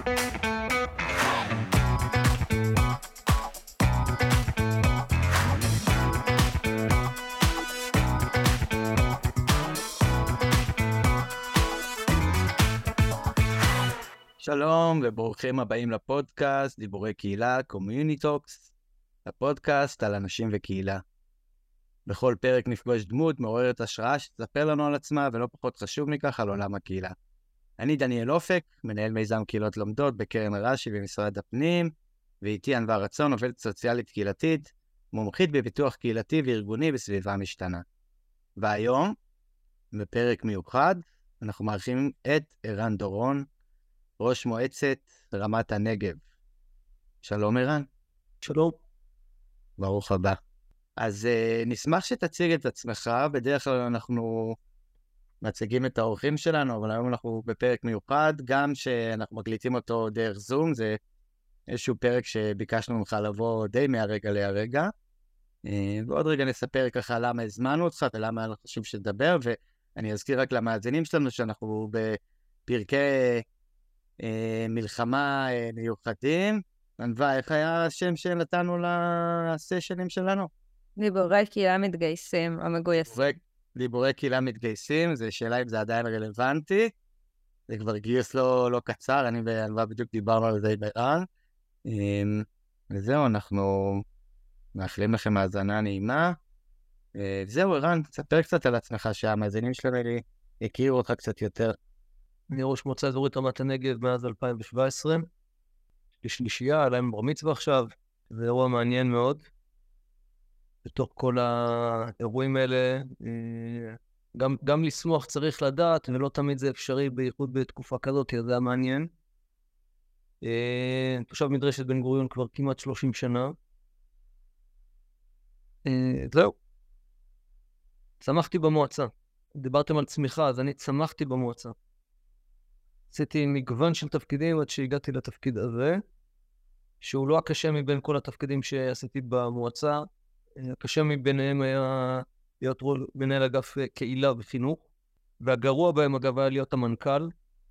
שלום וברוכים הבאים לפודקאסט דיבורי קהילה, Community Talks, הפודקאסט על אנשים וקהילה. בכל פרק נפגוש דמות מעוררת השראה שתספר לנו על עצמה, ולא פחות חשוב מכך על עולם הקהילה. אני דניאל אופק, מנהל מיזם קהילות לומדות בקרן הרש"י במשרד הפנים, ואיתי ענווה רצון, עובדת סוציאלית קהילתית, מומחית בפיתוח קהילתי וארגוני בסביבה משתנה. והיום, בפרק מיוחד, אנחנו מארחים את ערן דורון, ראש מועצת רמת הנגב. שלום ערן. שלום. ברוך הבא. אז נשמח שתציג את עצמך. בדרך כלל אנחנו מציגים את האורחים שלנו, אבל היום אנחנו בפרק מיוחד, גם שאנחנו מקליטים אותו דרך זום, זה איזשהו פרק שביקשנו ממך לבוא די מהרגע להרגע. ועוד רגע נספר ככה למה הזמנו אותך ולמה אנחנו חושבים שתדבר, ואני אזכיר רק למאזינים שלנו שאנחנו בפרקי מלחמה מיוחדים. ענווה, איך היה השם שנתנו לסשנים שלנו? דיבורי קהילה מתגייסים, המגויסים. דיבורי קהילה מתגייסים, זו שאלה אם זה עדיין רלוונטי. זה כבר גיוס לא קצר, אני וענווה בדיוק דיברנו על זה בערן. וזהו, אנחנו מאחלים לכם האזנה נעימה. וזהו, ערן, תספר קצת על עצמך, שהמאזינים שלנו יכירו אותך קצת יותר. אני ראש מועצה אזורית רמת הנגב מאז 2017. שלישייה, עליהם בר מצווה עכשיו. זה אירוע מעניין מאוד. בתוך כל האירועים האלה, גם לשמוח צריך לדעת, ולא תמיד זה אפשרי, בייחוד בתקופה כזאת, זה היה מעניין. תושב מדרשת בן גוריון כבר כמעט 30 שנה. זהו. צמחתי במועצה. דיברתם על צמיחה, אז אני צמחתי במועצה. עשיתי מגוון של תפקידים עד שהגעתי לתפקיד הזה, שהוא לא הקשה מבין כל התפקידים שעשיתי במועצה. הקשה מביניהם היה להיות מנהל אגף קהילה וחינוך, והגרוע בהם אגב היה להיות המנכ"ל.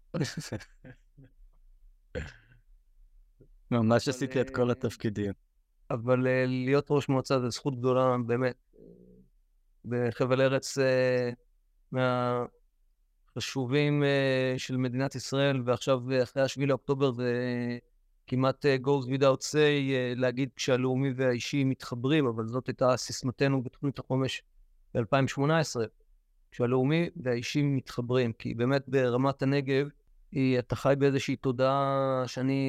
ממש עשיתי את כל התפקידים. אבל להיות ראש מועצה זה זכות גדולה באמת. בחבל ארץ מהחשובים של מדינת ישראל, ועכשיו אחרי השביעי לאוקטובר זה כמעט goes without say להגיד כשהלאומי והאישי מתחברים, אבל זאת הייתה סיסמתנו בתוכנית החומש ב-2018, כשהלאומי והאישי מתחברים, כי באמת ברמת הנגב אתה חי באיזושהי תודעה שאני,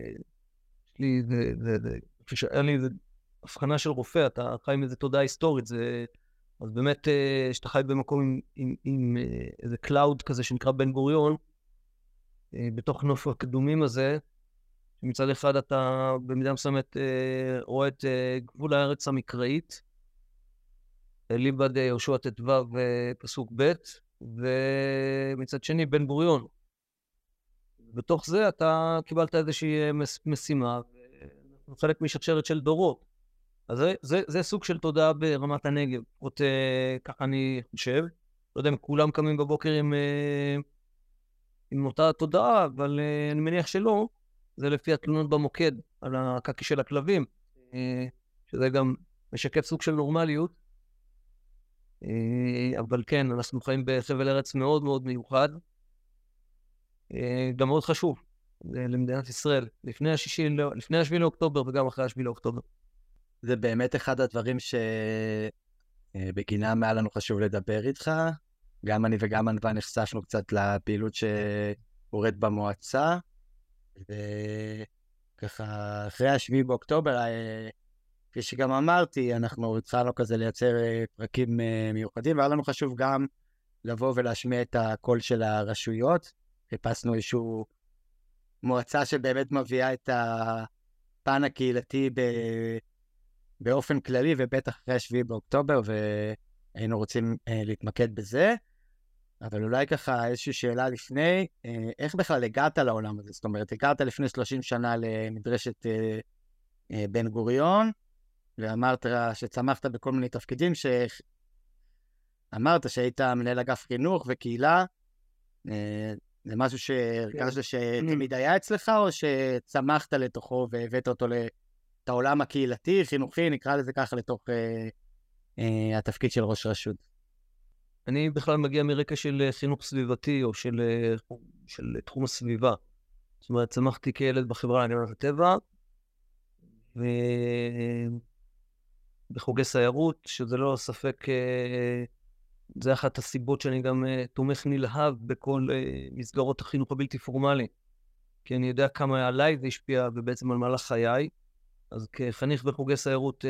אין לי הבחנה של רופא, אתה חי עם איזו תודעה היסטורית, אז באמת שאתה חי במקום עם איזה קלאוד כזה שנקרא בן גוריון, בתוך נוף הקדומים הזה, מצד אחד אתה במידה מסוימת רואה את גבול הארץ המקראית, ליבד יהושע ט"ו פסוק ב', ומצד שני בן גוריון. בתוך זה אתה קיבלת איזושהי משימה, וחלק משרשרת של דורות. אז זה סוג של תודעה ברמת הנגב, עוד ככה אני חושב. לא יודע אם כולם קמים בבוקר עם אותה תודעה, אבל אני מניח שלא. זה לפי התלונות במוקד על הקקי של הכלבים, שזה גם משקף סוג של נורמליות. אבל כן, אנחנו חיים בחבל ארץ מאוד מאוד מיוחד, גם מאוד חשוב למדינת ישראל, לפני השביעי לאוקטובר וגם אחרי השביעי לאוקטובר. זה באמת אחד הדברים שבגינם היה לנו חשוב לדבר איתך. גם אני וגם ענווה נחשפנו קצת לפעילות שקורית במועצה, וככה אחרי השביעי באוקטובר, כפי שגם אמרתי, אנחנו התחלנו כזה לייצר פרקים מיוחדים, והיה לנו חשוב גם לבוא ולהשמיע את הקול של הרשויות. חיפשנו איזשהו מועצה שבאמת מביאה את הפן הקהילתי באופן כללי, ובטח אחרי השביעי באוקטובר, והיינו רוצים להתמקד בזה. אבל אולי ככה איזושהי שאלה לפני, איך בכלל הגעת לעולם הזה? זאת אומרת, הגעת לפני 30 שנה למדרשת בן גוריון, ואמרת שצמחת בכל מיני תפקידים, אמרת שהיית מנהל אגף חינוך וקהילה, זה משהו שהרגשת שתמיד היה אצלך, או שצמחת לתוכו והבאת אותו את העולם הקהילתי, חינוכי, נקרא לזה ככה, לתוך התפקיד של ראש רשות? אני בכלל מגיע מרקע של חינוך סביבתי, או של תחום הסביבה. זאת אומרת, צמחתי כילד בחברה להגנת הטבע, ובחוגי סיירות, שזה לא ספק, זה אחת הסיבות שאני גם תומך נלהב בכל מסגרות החינוך הבלתי פורמלי. כי אני יודע כמה עליי זה השפיע, ובעצם על מהלך חיי. אז כחניך בחוגי סיירות,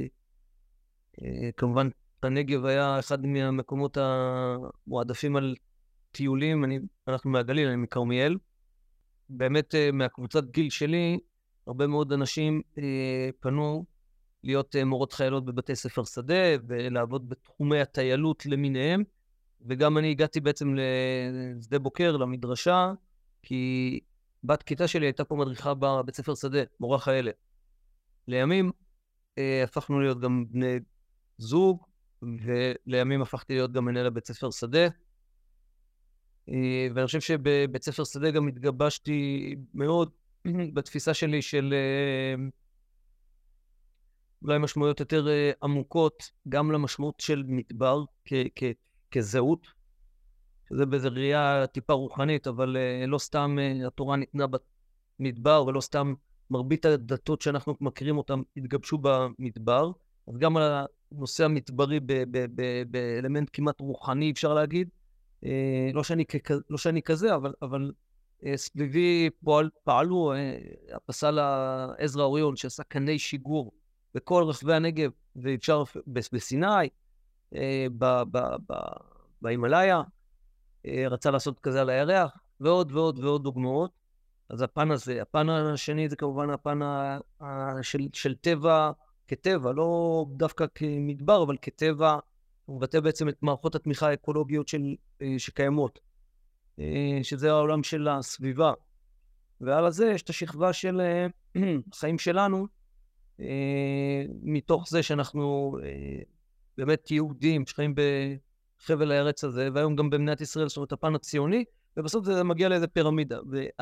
כמובן, הנגב היה אחד מהמקומות המועדפים על טיולים. אנחנו מהגליל, אני מכרמיאל. באמת, מהקבוצת גיל שלי, הרבה מאוד אנשים פנו להיות מורות חיילות בבתי ספר שדה, ולעבוד בתחומי הטיילות למיניהם. וגם אני הגעתי בעצם לשדה בוקר, למדרשה, כי בת כיתה שלי הייתה פה מדריכה בבית ספר שדה, מורה חיילת. לימים הפכנו להיות גם בני זוג, ולימים הפכתי להיות גם מנהל בית ספר שדה. ואני חושב שבבית ספר שדה גם התגבשתי מאוד בתפיסה שלי של אולי משמעויות יותר עמוקות, גם למשמעות של מדבר כזהות, שזה באיזו ראייה טיפה רוחנית, אבל לא סתם התורה ניתנה במדבר, ולא סתם מרבית הדתות שאנחנו מכירים אותן התגבשו במדבר. אז גם על הנושא המדברי באלמנט כמעט רוחני, אפשר להגיד. לא שאני כזה, אבל סביבי פעלו הפסל עזרא אוריון, שעשה קני שיגור בכל רחבי הנגב, ואפשר בסיני, בהימאליה, רצה לעשות כזה על הירח, ועוד ועוד ועוד דוגמאות. אז הפן הזה, הפן השני זה כמובן הפן של טבע כטבע, לא דווקא כמדבר, אבל כטבע, הוא מבטא בעצם את מערכות התמיכה האקולוגיות שקיימות, שזה העולם של הסביבה. ועל הזה יש את השכבה של החיים שלנו, מתוך זה שאנחנו באמת יהודים שחיים בחבל הארץ הזה, והיום גם במדינת ישראל, זאת אומרת הפן הציוני, ובסוף זה מגיע לאיזה פירמידה.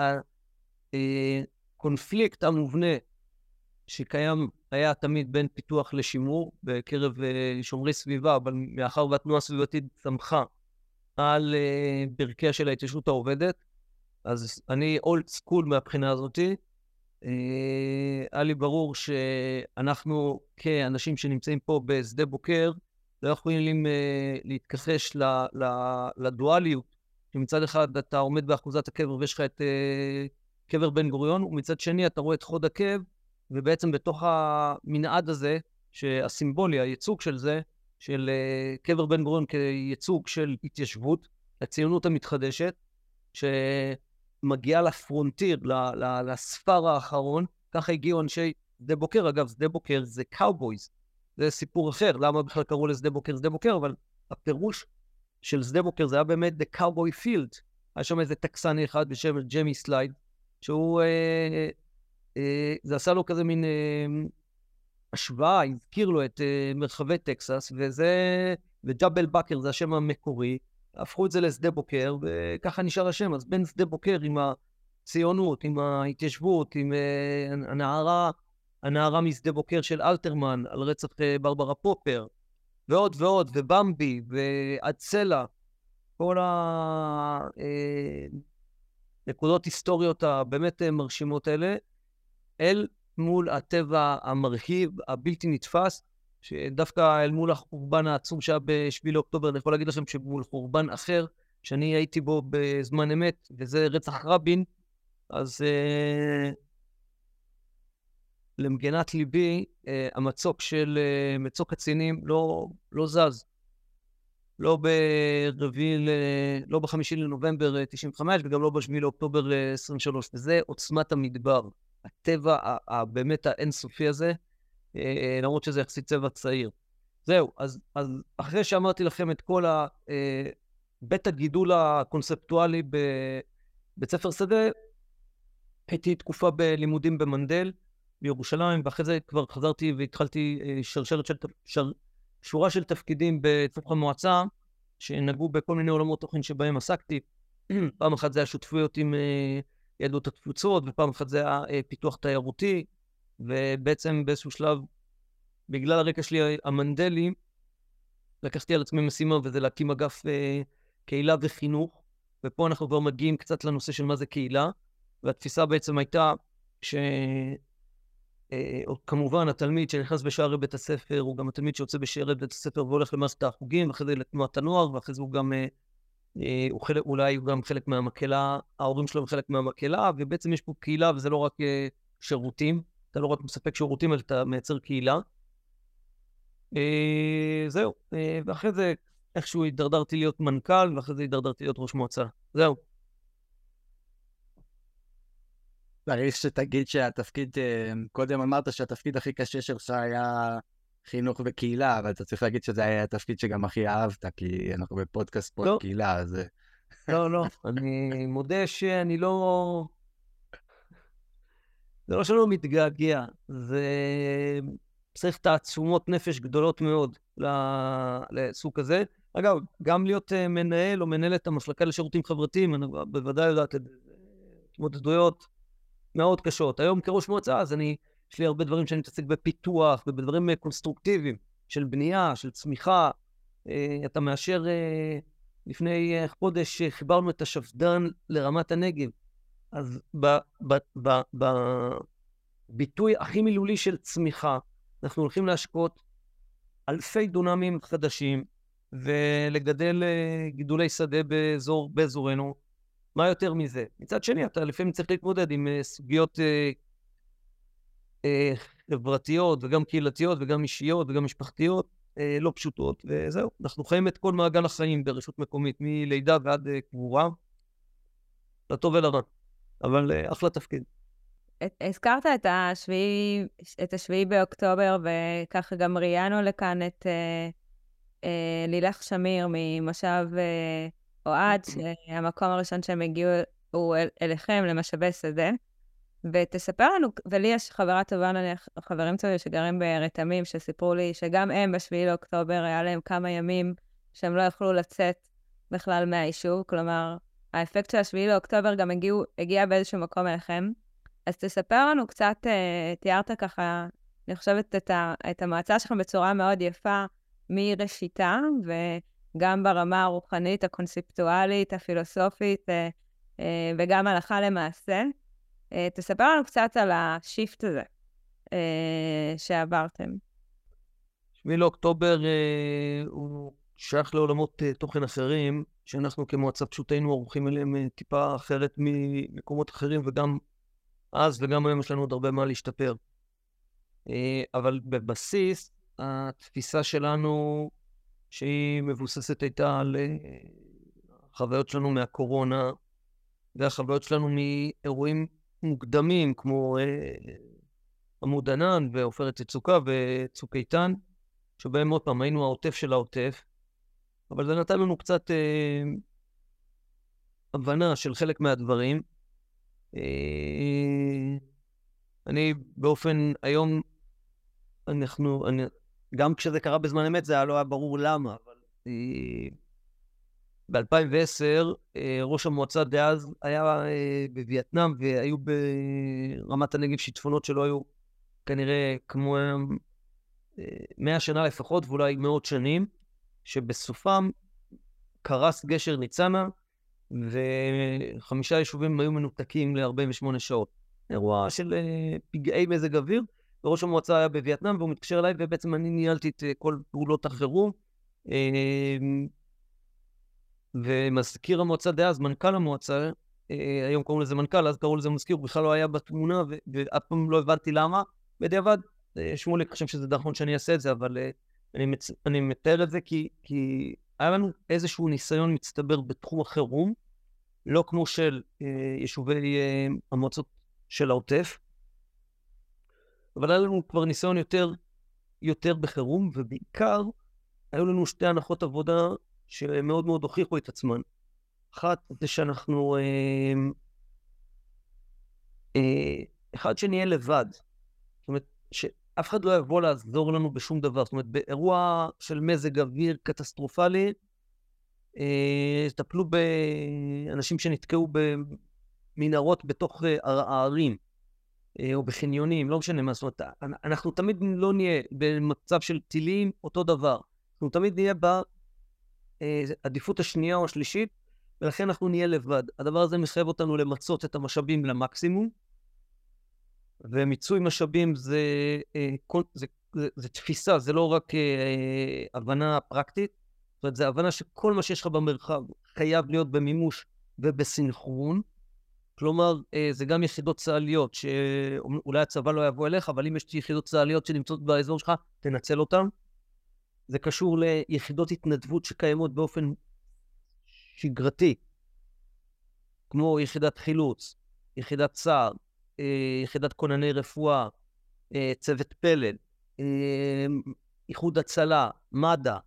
והקונפליקט המובנה שקיים היה תמיד בין פיתוח לשימור בקרב שומרי סביבה, אבל מאחר והתנועה הסביבתית צמחה על ברכיה של ההתיישבות העובדת, אז אני אולד סקול מהבחינה הזאת. היה לי ברור שאנחנו כאנשים שנמצאים פה בשדה בוקר לא יכולים להתכחש לדואליות, שמצד אחד אתה עומד באחוזת הקבר ויש לך את קבר בן גוריון, ומצד שני אתה רואה את חוד עקב, ובעצם בתוך המנעד הזה, שהסימבולי, הייצוג של זה, של קבר בן גוריון כייצוג של התיישבות, הציונות המתחדשת, שמגיעה לפרונטיר, לספר האחרון, ככה הגיעו אנשי שדה בוקר. אגב, שדה בוקר זה קאובויז, זה סיפור אחר, למה בכלל קראו לשדה בוקר שדה בוקר, אבל הפירוש של שדה בוקר זה היה באמת The Cowboy Field. היה שם איזה טקסני אחד בשם ג'יימי סלייד, שהוא, זה עשה לו כזה מין השוואה, הזכיר לו את מרחבי טקסס, וג'בל בקר זה השם המקורי, הפכו את זה לשדה בוקר, וככה נשאר השם. אז בין שדה בוקר עם הציונות, עם ההתיישבות, עם הנערה משדה בוקר של אלתרמן, על רצח ברברה פופר, ועוד ועוד, ובמבי, ועצלה, כל הנקודות היסטוריות הבאמת מרשימות האלה, אל מול הטבע המרהיב, הבלתי נתפס, שדווקא אל מול החורבן העצום שהיה ב7 לאוקטובר, אני יכול להגיד לכם שמול חורבן אחר, שאני הייתי בו בזמן אמת, וזה רצח רבין, אז למגינת ליבי, המצוק של מצוק קצינים לא זז. לא ב5 לנובמבר 95, וגם לא ב7 לאוקטובר 23, וזה עוצמת המדבר. הטבע באמת האינסופי הזה, למרות שזה יחסית צבע צעיר. זהו, אז אחרי שאמרתי לכם את כל בית הגידול הקונספטואלי בבית ספר שדה, הייתי תקופה בלימודים במנדל, בירושלים, ואחרי זה כבר חזרתי והתחלתי שורה של תפקידים בתוך המועצה, שנגעו בכל מיני עולמות תוכן שבהם עסקתי. פעם אחת זה היה שותפויות עם יהדות התפוצות, ופעם אחת זה היה פיתוח תיירותי, ובעצם באיזשהו שלב, בגלל הרקע שלי המנדלי, לקחתי על עצמי משימה, וזה להקים אגף קהילה וחינוך, ופה אנחנו כבר מגיעים קצת לנושא של מה זה קהילה, והתפיסה בעצם הייתה כמובן התלמיד שנכנס בשערי בית הספר, הוא גם התלמיד שיוצא בשערי בית הספר והולך למערכת החוגים, ואחרי זה לתנועת הנוער, ואחרי זה הוא גם, אולי הוא גם חלק מהמקהלה, ההורים שלו הם חלק מהמקהלה, ובעצם יש פה קהילה, וזה לא רק שירותים, אתה לא רק מספק שירותים, אלא אתה מייצר קהילה. זהו, ואחרי זה איכשהו הידרדרתי להיות מנכ"ל, ואחרי זה הידרדרתי להיות ראש מועצה. זהו. צריך שתגיד שהתפקיד, קודם אמרת שהתפקיד הכי קשה שלך היה חינוך וקהילה, אבל אתה צריך להגיד שזה היה התפקיד שגם הכי אהבת, כי אנחנו בפודקאסט פוד קהילה, אז... לא, אני מודה שאני לא... זה לא שלא מתגעגע, זה צריך תעצומות נפש גדולות מאוד לסוג כזה. אגב, גם להיות מנהל או מנהלת המחלקה לשירותים חברתיים, אני בוודאי יודעת התמודדויות מאוד קשות. היום כראש מועצה, אז יש לי הרבה דברים שאני מתעסק בפיתוח ובדברים קונסטרוקטיביים, של בנייה, של צמיחה. אתה מאשר, לפני חודש חיברנו את השפדן לרמת הנגב. אז בביטוי הכי מילולי של צמיחה, אנחנו הולכים להשקות אלפי דונמים חדשים, ולגדל גידולי שדה באזורנו. מה יותר מזה? מצד שני, אתה לפעמים צריך להתמודד עם סוגיות חברתיות, וגם קהילתיות, וגם אישיות, וגם משפחתיות, לא פשוטות, וזהו. אנחנו חיים את כל מעגל החיים ברשות מקומית, מלידה ועד קבורה, לטוב ולרע. אבל אחלה תפקיד. הזכרת את השביעי באוקטובר, וככה גם ראיינו לכאן את לילך שמיר ממושב אוהד, שהמקום הראשון שהם הגיעו הוא אליכם למשאבי שדה. ותספר לנו, ולי יש חברה טובה, חברים טובים שגרים ברתמים, שסיפרו לי שגם הם בשביעי לאוקטובר היה להם כמה ימים שהם לא יכלו לצאת בכלל מהיישוב, כלומר, האפקט של השביעי לאוקטובר גם הגיע באיזשהו מקום אליכם. אז תספר לנו קצת, תיארת ככה, אני חושבת את המועצה שלכם בצורה מאוד יפה מראשיתה, וגם ברמה הרוחנית, הקונספטואלית, הפילוסופית, וגם הלכה למעשה. תספר לנו קצת על השיפט הזה שעברתם. שביעי לאוקטובר הוא שייך לעולמות תוכן אחרים, שאנחנו כמועצה פשוט היינו ערוכים אליהם טיפה אחרת ממקומות אחרים, וגם אז וגם היום יש לנו עוד הרבה מה להשתפר. אבל בבסיס, התפיסה שלנו, שהיא מבוססת הייתה על החוויות שלנו מהקורונה, והחוויות שלנו מאירועים מוקדמים, כמו עמוד ענן ועופרת יצוקה וצוק איתן, שבהם עוד פעם היינו העוטף של העוטף, אבל זה נתן לנו קצת הבנה של חלק מהדברים. אני באופן, היום גם כשזה קרה בזמן אמת זה לא היה ברור למה, אבל ב-2010 ראש המועצה דאז היה בווייטנאם, והיו ברמת הנגב שיטפונות שלא היו כנראה כמו 100 שנה לפחות, ואולי מאות שנים, שבסופם קרס גשר ניצנה, ו5 יישובים היו מנותקים ל-48 שעות. אירוע של פגעי מזג אוויר, וראש המועצה היה בווייטנאם, והוא מתקשר אליי, ובעצם אני ניהלתי את כל פעולות החירום, ומזכיר המועצה דאז, מנכ"ל המועצה, היום קוראים לזה מנכ"ל, אז קראו לזה מזכיר, הוא בכלל לא היה בתמונה, ואף פעם לא הבנתי למה. בדיעבד, שמוליק חושב שזה נכון שאני אעשה את זה, אבל אני מתאר את זה כי היה לנו איזשהו ניסיון מצטבר בתחום החירום, לא כמו של יישובי המועצות של העוטף, אבל היה לנו כבר ניסיון יותר בחירום, ובעיקר היו לנו שתי הנחות עבודה שמאוד מאוד הוכיחו את עצמן. אחת זה שאנחנו, אחד שנהיה לבד, זאת אומרת שאף אחד לא יבוא לעזור לנו בשום דבר, זאת אומרת באירוע של מזג אוויר קטסטרופלי, טפלו באנשים שנתקעו במנהרות בתוך הערים, או בחניונים, לא משנה מה, זאת אומרת, אנחנו תמיד לא נהיה במצב של טילים, אותו דבר. אנחנו תמיד נהיה בעדיפות השנייה או השלישית, ולכן אנחנו נהיה לבד. הדבר הזה מחייב אותנו למצות את המשאבים למקסימום, ומיצוי משאבים זה תפיסה, זה לא רק הבנה פרקטית, זאת אומרת, זה הבנה שכל מה שיש לך במרחב חייב להיות במימוש ובסינכרון, כלומר, זה גם יחידות צה"ליות, שאולי הצבא לא יבוא אליך, אבל אם יש יחידות צה"ליות שנמצאות באזור שלך, תנצל אותן. זה קשור ליחידות התנדבות שקיימות באופן שגרתי, כמו יחידת חילוץ, יחידת צה"ל, יחידת כונני רפואה, צוות פלד, איחוד הצלה, מד"א,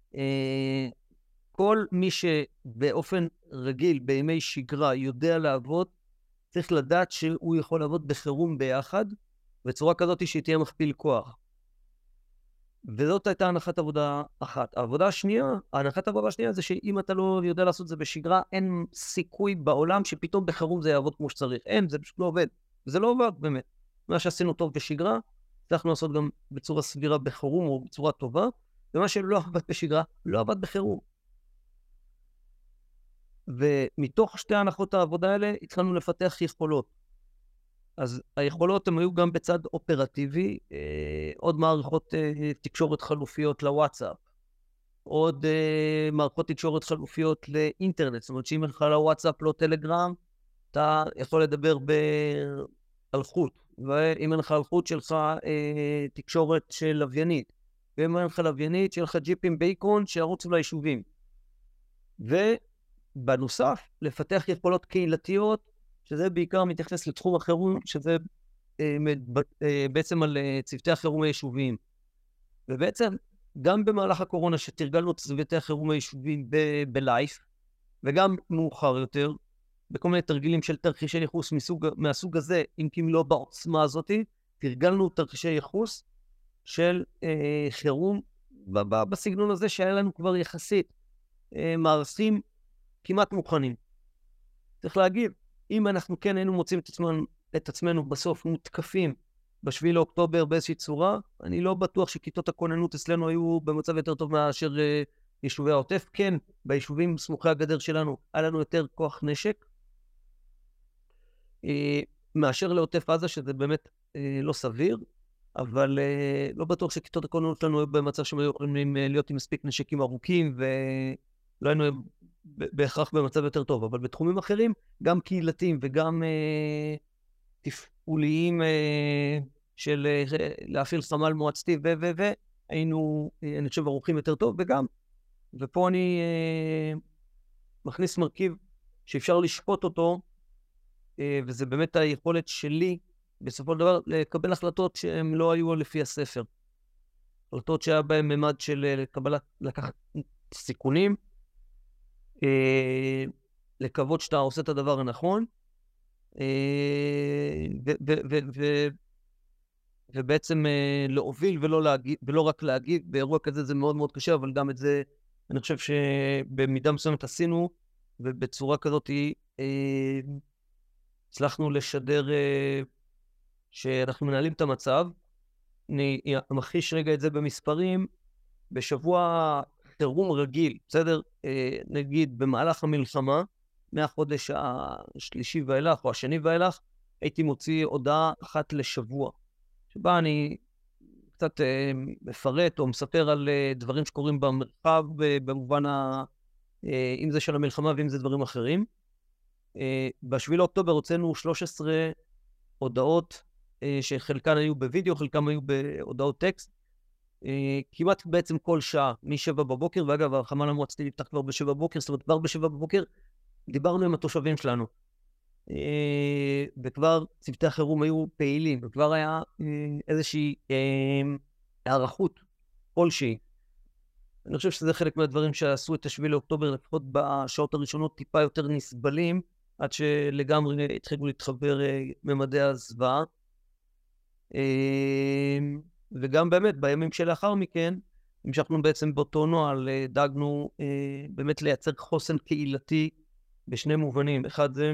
כל מי שבאופן רגיל, בימי שגרה, יודע לעבוד, צריך לדעת שהוא יכול לעבוד בחירום ביחד, בצורה כזאת שהיא תהיה מכפיל כוח. וזאת הייתה הנחת עבודה אחת. הנחת עבודה השנייה זה שאם אתה לא יודע לעשות את זה בשגרה, אין סיכוי בעולם שפתאום בחירום זה יעבוד כמו שצריך. אין, זה פשוט לא עובד. וזה לא עובד באמת. מה שעשינו טוב בשגרה, הצלחנו לעשות גם בצורה סבירה בחירום או בצורה טובה, ומה שלא עבד בשגרה, לא עבד בחירום. ומתוך שתי הנחות העבודה האלה, התחלנו לפתח יכולות. אז היכולות הן היו גם בצד אופרטיבי, עוד מערכות תקשורת חלופיות לוואטסאפ, עוד מערכות תקשורת חלופיות לאינטרנט, זאת אומרת שאם אין לך לוואטסאפ, לא טלגרם, אתה יכול לדבר על חוט, ואם אין לך על חוט שלך תקשורת של לוויינית, ואם אין לך לוויינית, שיהיה לך ג'יפים בייקון שירוצו ליישובים. ובנוסף, לפתח יכולות קהילתיות, שזה בעיקר מתייחס לתחום החירום, שזה בעצם על צוותי החירום היישוביים. ובעצם, גם במהלך הקורונה שתרגלנו את צוותי החירום היישוביים בלייף, וגם מאוחר יותר, בכל מיני תרגילים של תרחישי ייחוס מהסוג הזה, אם כי לא בעוצמה הזאת, תרגלנו תרחישי ייחוס של חירום, בסגנון הזה שהיה לנו כבר יחסית מערכים כמעט מוכנים. צריך להגיד, אם אנחנו כן היינו מוצאים את עצמנו בסוף מותקפים ב7 לאוקטובר באיזושהי צורה, אני לא בטוח שכיתות הכוננות אצלנו היו במצב יותר טוב מאשר יישובי העוטף. כן, ביישובים סמוכי הגדר שלנו היה לנו יותר כוח נשק, מאשר לעוטף עזה, שזה באמת לא סביר, אבל לא בטוח שכיתות הכוננות שלנו היו במצב שהם היו יכולים להיות עם מספיק נשקים ארוכים, ולא היינו בהכרח במצב יותר טוב, אבל בתחומים אחרים, גם קהילתיים וגם תפעוליים של להפעיל חמ"ל מועצתי היינו, אני חושב, ערוכים יותר טוב, ופה אני מכניס מרכיב שאפשר לשפוט אותו, וזה באמת היכולת שלי, בסופו של דבר, לקבל החלטות שהן לא היו לפי הספר. החלטות שהיה בהן ממד של לקחת סיכונים, לקוות שאתה עושה את הדבר הנכון, ובעצם להוביל ולא רק להגיב. באירוע כזה זה מאוד מאוד קשה, אבל גם את זה אני חושב שבמידה מסוימת עשינו, ובצורה כזאת הצלחנו לשדר שאנחנו מנהלים את המצב. אני מכחיש רגע את זה במספרים. בשבוע חירום רגיל, בסדר? נגיד במהלך המלחמה, מהחודש השלישי ואילך או השני ואילך, הייתי מוציא הודעה אחת לשבוע, שבה אני קצת מפרט או מספר על דברים שקורים במרחב, במובן אם זה של המלחמה ואם זה דברים אחרים. ב7 לאוקטובר הוצאנו 13 הודעות, שחלקן היו בווידאו, חלקן היו בהודעות טקסט, כמעט בעצם כל שעה, מ7 בבוקר, ואגב, החמ"ל המועצתי נפתח כבר ב7 בבוקר, זאת אומרת, כבר ב7 בבוקר דיברנו עם התושבים שלנו, וכבר צוותי החירום היו פעילים, וכבר היה איזושהי הערכות כלשהי. אני חושב שזה חלק מהדברים שעשו את 7 לאוקטובר, לפחות בשעות הראשונות טיפה יותר נסבלים, עד שלגמרי התחילו להתחבר ממדי הזוועה. וגם באמת בימים שלאחר מכן, המשכנו בעצם באותו נוהל, דאגנו באמת לייצר חוסן קהילתי בשני מובנים. אחד זה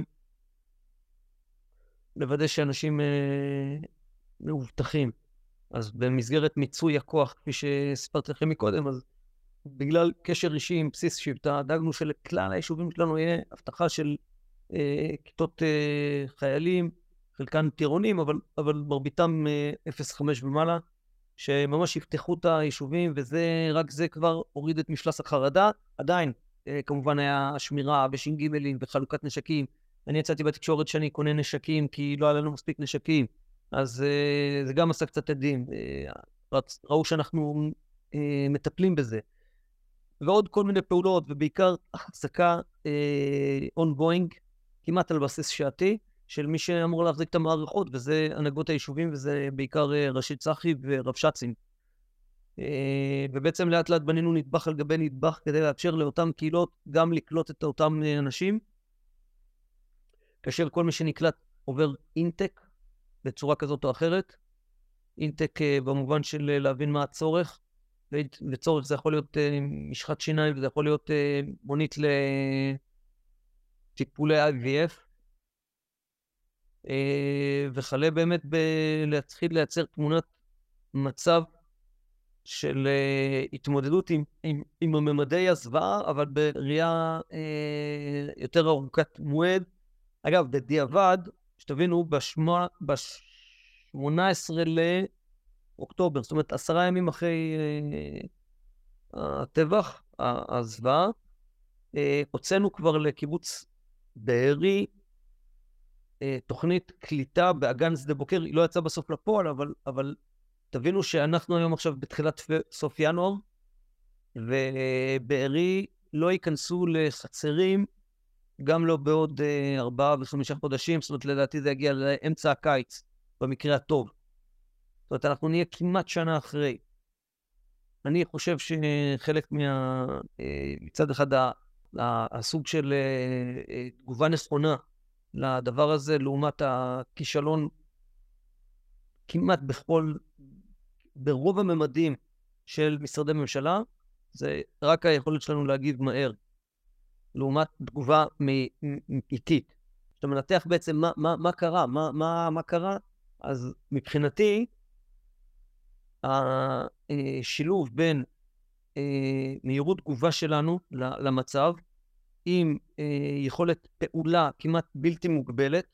לוודא שאנשים מאובטחים. אז במסגרת מיצוי הכוח, כפי שסיפרתי לכם מקודם, אז בגלל קשר אישי עם בסיס שבטה, דאגנו שלכלל היישובים שלנו יהיה הבטחה של כיתות חיילים, חלקן טירונים, אבל מרביתם 0-5 ומעלה, שממש יפתחו את היישובים, רק זה כבר הוריד את מפלס החרדה. עדיין, כמובן היה שמירה וש"גימלים וחלוקת נשקים. אני יצאתי בתקשורת שאני קונה נשקים, כי לא היה לנו מספיק נשקים. אז זה גם עשה קצת עדים. ראו שאנחנו מטפלים בזה. ועוד כל מיני פעולות, ובעיקר החזקה ongoing, כמעט על בסיס שעתי, של מי שאמור להחזיק את המערכות, וזה הנהגות היישובים, וזה בעיקר ראשי צח"י ורבש"צים. ובעצם לאט לאט בנינו נדבך על גבי נדבך, כדי לאפשר לאותם קהילות גם לקלוט את אותם אנשים, כאשר כל מי שנקלט עובר אינטק, בצורה כזאת או אחרת. אינטק במובן של להבין מה הצורך, וצורך זה יכול להיות משחת שיניים, וזה יכול להיות מונית לטיפולי IVF, וחלה באמת להתחיל לייצר תמונת מצב של התמודדות עם הממדי הזוועה, אבל בראייה יותר ארוכת מועד. אגב, בדיעבד, שתבינו, ב-18 לאוקטובר, זאת אומרת 10 ימים אחרי הטבח, הזוועה, הוצאנו כבר לקיבוץ בארי תוכנית קליטה באגן שדה בוקר. היא לא יצאה בסוף לפועל, אבל תבינו שאנחנו היום עכשיו בתחילת סוף ינואר, ובארי לא ייכנסו לחצרים, גם לא בעוד 4 ו5 חודשים, זאת אומרת לדעתי זה יגיע לאמצע הקיץ, במקרה הטוב. זאת אומרת אנחנו נהיה כמעט שנה אחרי. אני חושב שחלק מצד אחד הסוג של תגובה נכונה לדבר הזה, לעומת הכישלון כמעט ברוב הממדים של משרדי ממשלה, זה רק היכולת שלנו להגיב מהר, לעומת תגובה איטית. כשאתה מנתח בעצם מה קרה, מה קרה, אז מבחינתי, השילוב בין מהירות תגובה שלנו למצב, עם יכולת פעולה כמעט בלתי מוגבלת,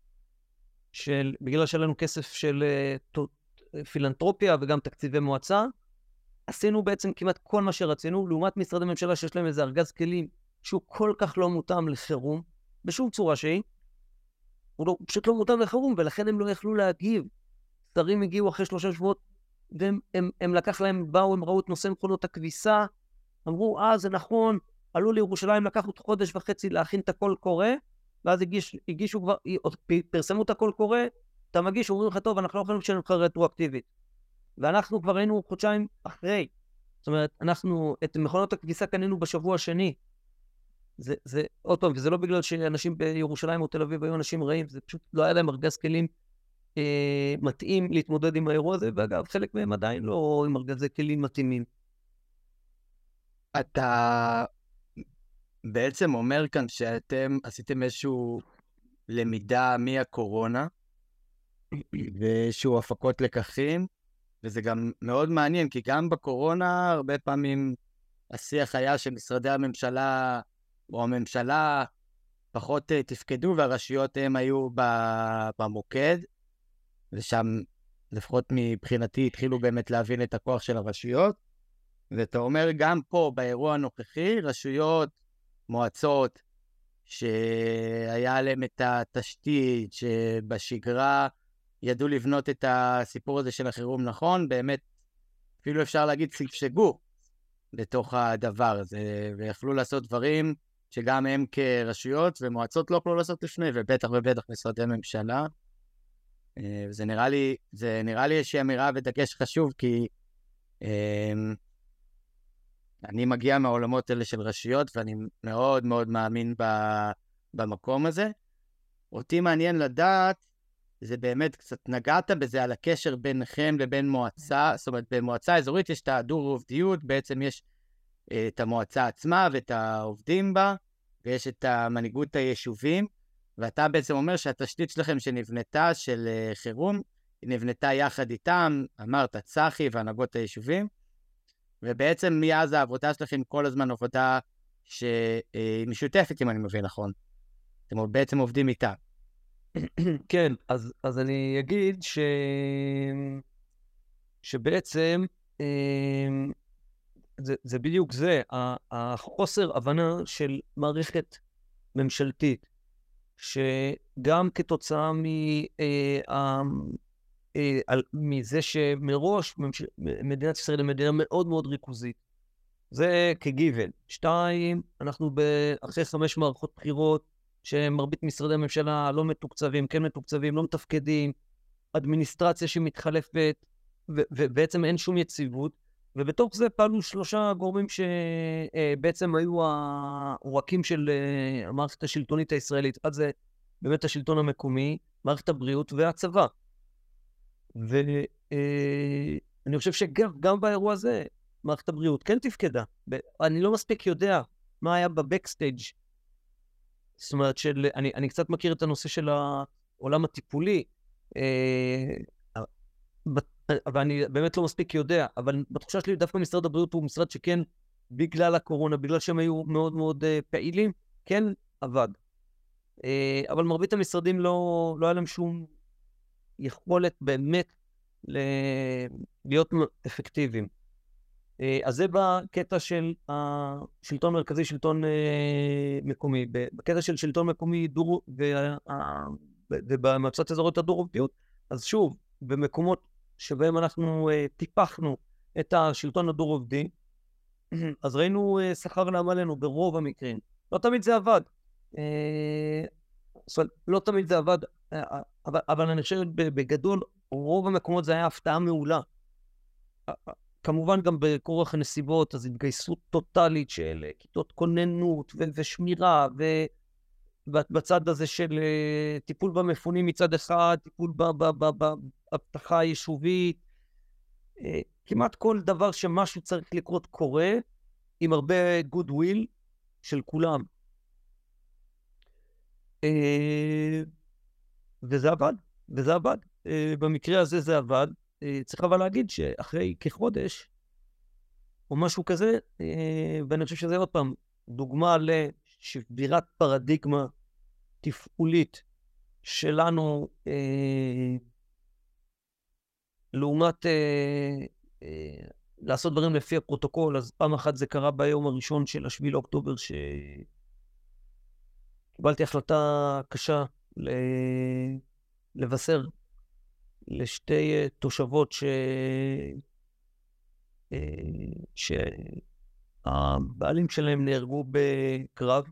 בגלל שלנו כסף של פילנטרופיה וגם תקציבי מועצה, עשינו בעצם כמעט כל מה שרצינו, לעומת משרדי ממשלה שיש להם איזה ארגז כלים, שהוא כל כך לא מותאם לחירום, בשום צורה שהיא, הוא פשוט לא מותאם לחירום, ולכן הם לא יכלו להגיב. שרים הגיעו אחרי 3 שבועות, והם לקח להם, הם ראו את נושא מכונות הכביסה, אמרו, זה נכון, עלו לירושלים, לקחו 1.5 חודש להכין את הכל קורא, ואז הגישו כבר, פרסמו את הכל קורא, אתה מגיש, אומרים לך, טוב, אנחנו לא יכולים לשלם לך רטרואקטיבית. ואנחנו כבר היינו חודשיים אחרי. זאת אומרת, אנחנו את מכונות הכביסה קנינו בשבוע השני. זה עוד פעם, וזה לא בגלל שאנשים בירושלים או תל אביב היו אנשים רעים, זה פשוט לא היה להם ארגז כלים מתאים להתמודד עם האירוע הזה, ואגב, חלק מהם עדיין לא עם ארגזי כלים מתאימים. אתה בעצם אומר כאן שאתם עשיתם איזשהו למידה מהקורונה, ואיזשהו הפקות לקחים, וזה גם מאוד מעניין, כי גם בקורונה הרבה פעמים השיח היה שמשרדי הממשלה או הממשלה פחות תפקדו, והרשויות הם היו במוקד, ושם לפחות מבחינתי התחילו באמת להבין את הכוח של הרשויות, ואתה אומר גם פה באירוע הנוכחי, רשויות, מועצות, שהיה להם את התשתית, שבשגרה ידעו לבנות את הסיפור הזה של החירום נכון, באמת אפילו אפשר להגיד סגשגו לתוך הדבר הזה, ויכלו לעשות דברים שגם הם כרשויות ומועצות לא יכלו לעשות לפני, ובטח משרדי ממשלה. זה נראה לי איזושהי אמירה ודגש חשוב, כי אני מגיע מהעולמות האלה של רשויות, ואני מאוד מאוד מאמין במקום הזה. אותי מעניין לדעת זה באמת קצת נגעת בזה על הקשר ביניכם לבין מועצה, זאת אומרת, במועצה אזורית יש את הדו-רובדיות, בעצם יש את המועצה עצמה ואת העובדים בה, ויש את המנהיגות היישובים, ואתה בעצם אומר שהתשתית שלכם שנבנתה של חירום, היא נבנתה יחד איתם, אמרת צחי והנהגות היישובים, ובעצם מאז העבודה שלכם כל הזמן עבודה שהיא משותפת, אם אני מבין נכון. אתם בעצם עובדים איתה. כן, אז אני אגיד שבעצם זה בדיוק זה, החוסר הבנה של מערכת ממשלתית, שגם כתוצאה מזה שמראש מדינת ישראל היא מדינה מאוד מאוד ריכוזית. זה כגיוון. 2, אנחנו אחרי 5 מערכות בחירות, שמרבית משרדי הממשלה לא מתוקצבים, כן מתוקצבים, לא מתפקדים, אדמיניסטרציה שמתחלפת, ובעצם אין שום יציבות, ובתוך זה פעלו 3 גורמים שבעצם היו העורקים של המערכת השלטונית הישראלית. אחד זה באמת השלטון המקומי, מערכת הבריאות והצבא. ואני חושב שגם באירוע הזה, מערכת הבריאות כן תפקדה. אני לא מספיק יודע מה היה בבקסטייג', זאת אומרת, אני קצת מכיר את הנושא של העולם הטיפולי, אבל אני באמת לא מספיק יודע, אבל בתחושה שלי דווקא משרד הבריאות הוא משרד שכן, בגלל הקורונה, בגלל שהם היו מאוד מאוד פעילים, כן עבד. אבל מרבית המשרדים לא היה להם שום יכולת באמת להיות אפקטיביים. אז זה בקטע של השלטון מרכזי, שלטון מקומי. בקטע של שלטון מקומי ובמועצות אזוריות הדו-רובדיות, אז שוב, במקומות שבהם אנחנו טיפחנו את השלטון הדו-רובדי, אז ראינו שכר לעמלנו ברוב המקרים. לא תמיד זה עבד. לא תמיד זה עבד, אבל אני חושב בגדול, רוב המקומות זה היה הפתעה מעולה. כמובן גם בכורח הנסיבות, אז התגייסות טוטלית של כיתות כוננות ושמירה, ובצד הזה של טיפול במפונים מצד אחד, טיפול בהבטחה היישובית, כמעט כל דבר שמשהו צריך לקרות קורה, עם הרבה good will של כולם. וזה עבד. במקרה הזה זה עבד. צריך אבל להגיד שאחרי כחודש, או משהו כזה, ואני חושב שזה עוד פעם דוגמה לשבירת פרדיגמה תפעולית שלנו, לעומת לעשות דברים לפי הפרוטוקול. אז פעם אחת זה קרה ביום הראשון של 7 לאוקטובר, שקיבלתי החלטה קשה לבשר לשתי תושבות שהבעלים שלהם נהרגו בקרב.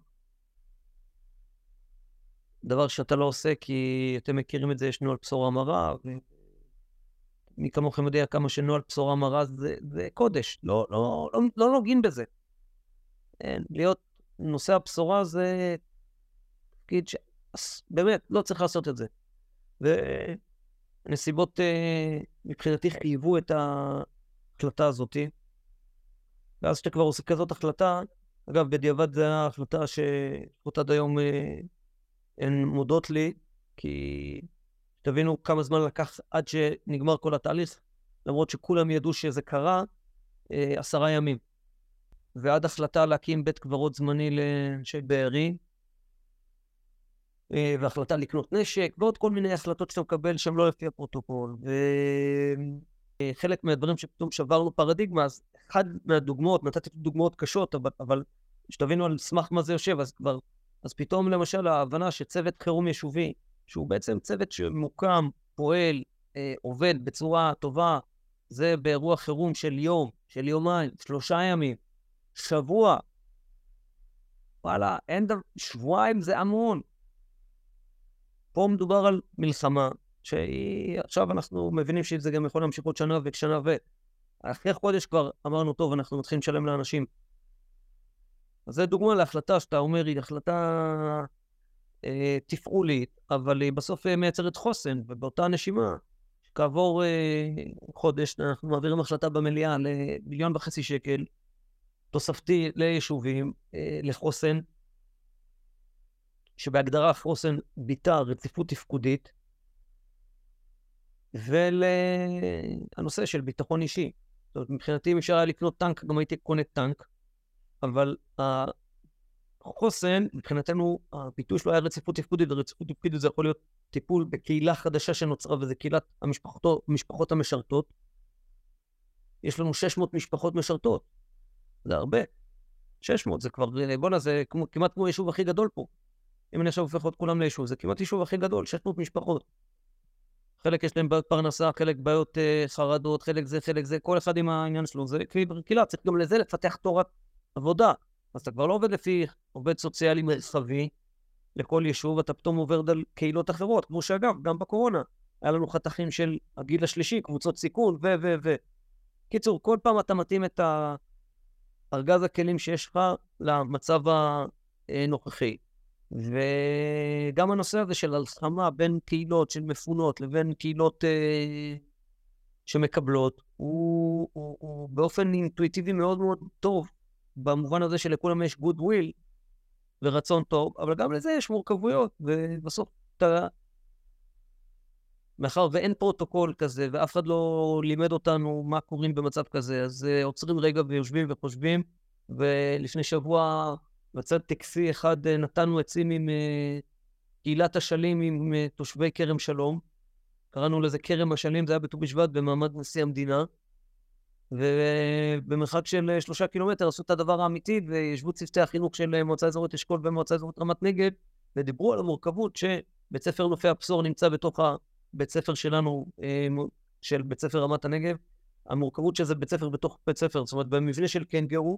דבר שאתה לא עושה, כי אתם מכירים את זה, יש נוהל בשורה מרה, ומי כמוכם יודע כמה שנוהל בשורה מרה זה קודש, לא נוגעים בזה. להיות נושא הבשורה זה תפקיד באמת לא צריך לעשות את זה. הנסיבות מבחינתי חייבו את ההחלטה הזאת, ואז שאתה כבר עושה כזאת החלטה, אגב, בדיעבד זו ההחלטה שפחות עד היום הן מודות לי, כי תבינו כמה זמן לקח עד שנגמר כל התהליך, למרות שכולם ידעו שזה קרה, 10 ימים. ועד החלטה להקים בית קברות זמני לאנשי בארי, והחלטה לקנות נשק, ועוד כל מיני החלטות שאתה מקבל שהן לא לפי הפרוטוקול. וחלק מהדברים שפתאום שברנו פרדיגמה, אז אחד מהדוגמאות, נתתי דוגמאות קשות, אבל שתבינו על סמך מה זה יושב, אז פתאום למשל ההבנה שצוות חירום יישובי, שהוא בעצם צוות שמוקם, פועל, עובד בצורה טובה, זה באירוע חירום של יום, של יומיים, 3 ימים, שבוע, וואלה, שבועיים זה המון. פה מדובר על מלחמה, שעכשיו אנחנו מבינים שזה גם יכול להמשיך עוד שנה ושנה אחרי חודש כבר אמרנו, טוב, אנחנו מתחילים לשלם לאנשים. אז זו דוגמה להחלטה שאתה אומר, היא החלטה תפעולית, אבל היא בסוף מייצרת חוסן, ובאותה נשימה, כעבור חודש, אנחנו מעבירים החלטה במליאה ל1.5 מיליון שקל, תוספתי ליישובים, לחוסן, שבהגדרה חוסן ביטא רציפות תפקודית, ולנושא של ביטחון אישי. זאת אומרת, מבחינתי אם אפשר היה לקנות טנק, גם הייתי קונה טנק, אבל החוסן, מבחינתנו, הביטוי שלו היה רציפות תפקודית, ורציפות תפקודית זה יכול להיות טיפול בקהילה חדשה שנוצרה, וזה קהילת המשפחות המשרתות. יש לנו 600 משפחות משרתות. זה הרבה. 600, זה כבר, בונה, זה כמעט כמו היישוב הכי גדול פה. אם אני עכשיו הופך את כולם ליישוב, זה כמעט יישוב הכי גדול, 600 משפחות. חלק יש להם בעיות פרנסה, חלק בעיות חרדות, חלק זה, כל אחד עם העניין שלו. זה קהילה, צריך גם לזה לפתח תורת עבודה. אז אתה כבר לא עובד לפי עובד סוציאלי מרחבי לכל יישוב, אתה פתאום עובר על קהילות אחרות, כמו שאגב, גם בקורונה, היה לנו חתכים של הגיל השלישי, קבוצות סיכון, קיצור, כל פעם אתה מתאים את ארגז הכלים שיש לך למצב הנוכחי. וגם הנושא הזה של הלחמה בין קהילות של מפונות לבין קהילות שמקבלות, הוא באופן אינטואיטיבי מאוד מאוד טוב, במובן הזה שלכולם יש good will ורצון טוב, אבל גם לזה יש מורכבויות, ובסוף מאחר ואין פרוטוקול כזה, ואף אחד לא לימד אותנו מה קוראים במצב כזה, אז עוצרים רגע ויושבים וחושבים, ולפני שבוע בצד טקסי אחד נתנו עצים עם קהילת השלים עם תושבי כרם שלום, קראנו לזה כרם השלים, זה היה בט"ו בשבט במעמד נשיא המדינה, ובמרחק של 3 קילומטר עשו את הדבר האמיתי, וישבו צוותי החינוך של מועצה אזורית אשכול ומועצה אזורית רמת נגב, ודיברו על המורכבות שבית ספר נופי הבשור נמצא בתוך הבית ספר שלנו, של בית ספר רמת הנגב, המורכבות שזה בית ספר בתוך בית ספר, זאת אומרת במבנה של קנגרו,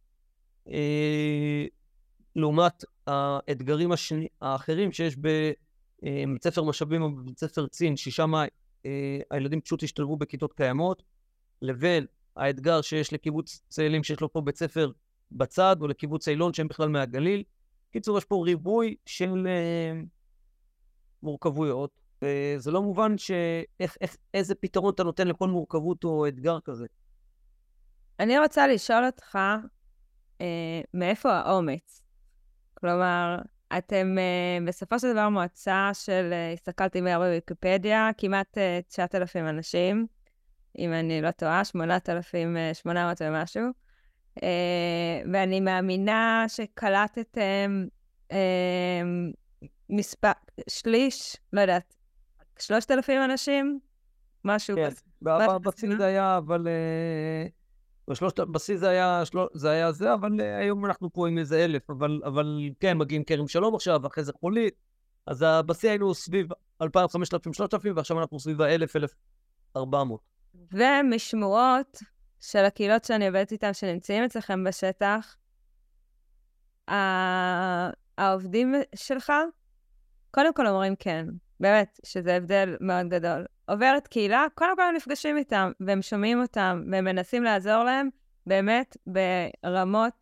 לעומת האתגרים האחרים שיש בבית ספר משאבים או בבית ספר צין, ששם הילדים פשוט השתלבו בכיתות קיימות, לבין האתגר שיש לקיבוץ צאלים שיש לו פה בית ספר בצד, או לקיבוץ אילון שהם בכלל מהגליל. קיצור, יש פה ריבוי של מורכבויות, וזה לא מובן איזה פתרון אתה נותן לכל מורכבות או אתגר כזה. אני רוצה לשאול אותך, מאיפה האומץ? כלומר, אתם בסופו של דבר מועצה של, הסתכלתי מהר בוויקיפדיה, כמעט 9,000 אנשים, אם אני לא טועה, 8,800 ומשהו, ואני מאמינה שקלטתם מספר, שליש, לא יודעת, 3,000 אנשים? משהו כזה. בבסיס זה היה, אבל... בבסיס זה היה זה, אבל היום אנחנו פה עם איזה 1,000, אבל כן, מגיעים כרם שלום עכשיו, אחרי זה חולית, אז הבסיס היינו סביב 2,000, 5,000, 3,000, ועכשיו אנחנו סביב 1,000, 1,400. ומשמועות של הקהילות שאני עובדת איתן, שנמצאים אצלכם בשטח, העובדים שלך, קודם כל אומרים כן, באמת, שזה הבדל מאוד גדול. עוברת קהילה, קודם כל הם נפגשים איתם, והם שומעים אותם, והם מנסים לעזור להם, באמת, ברמות,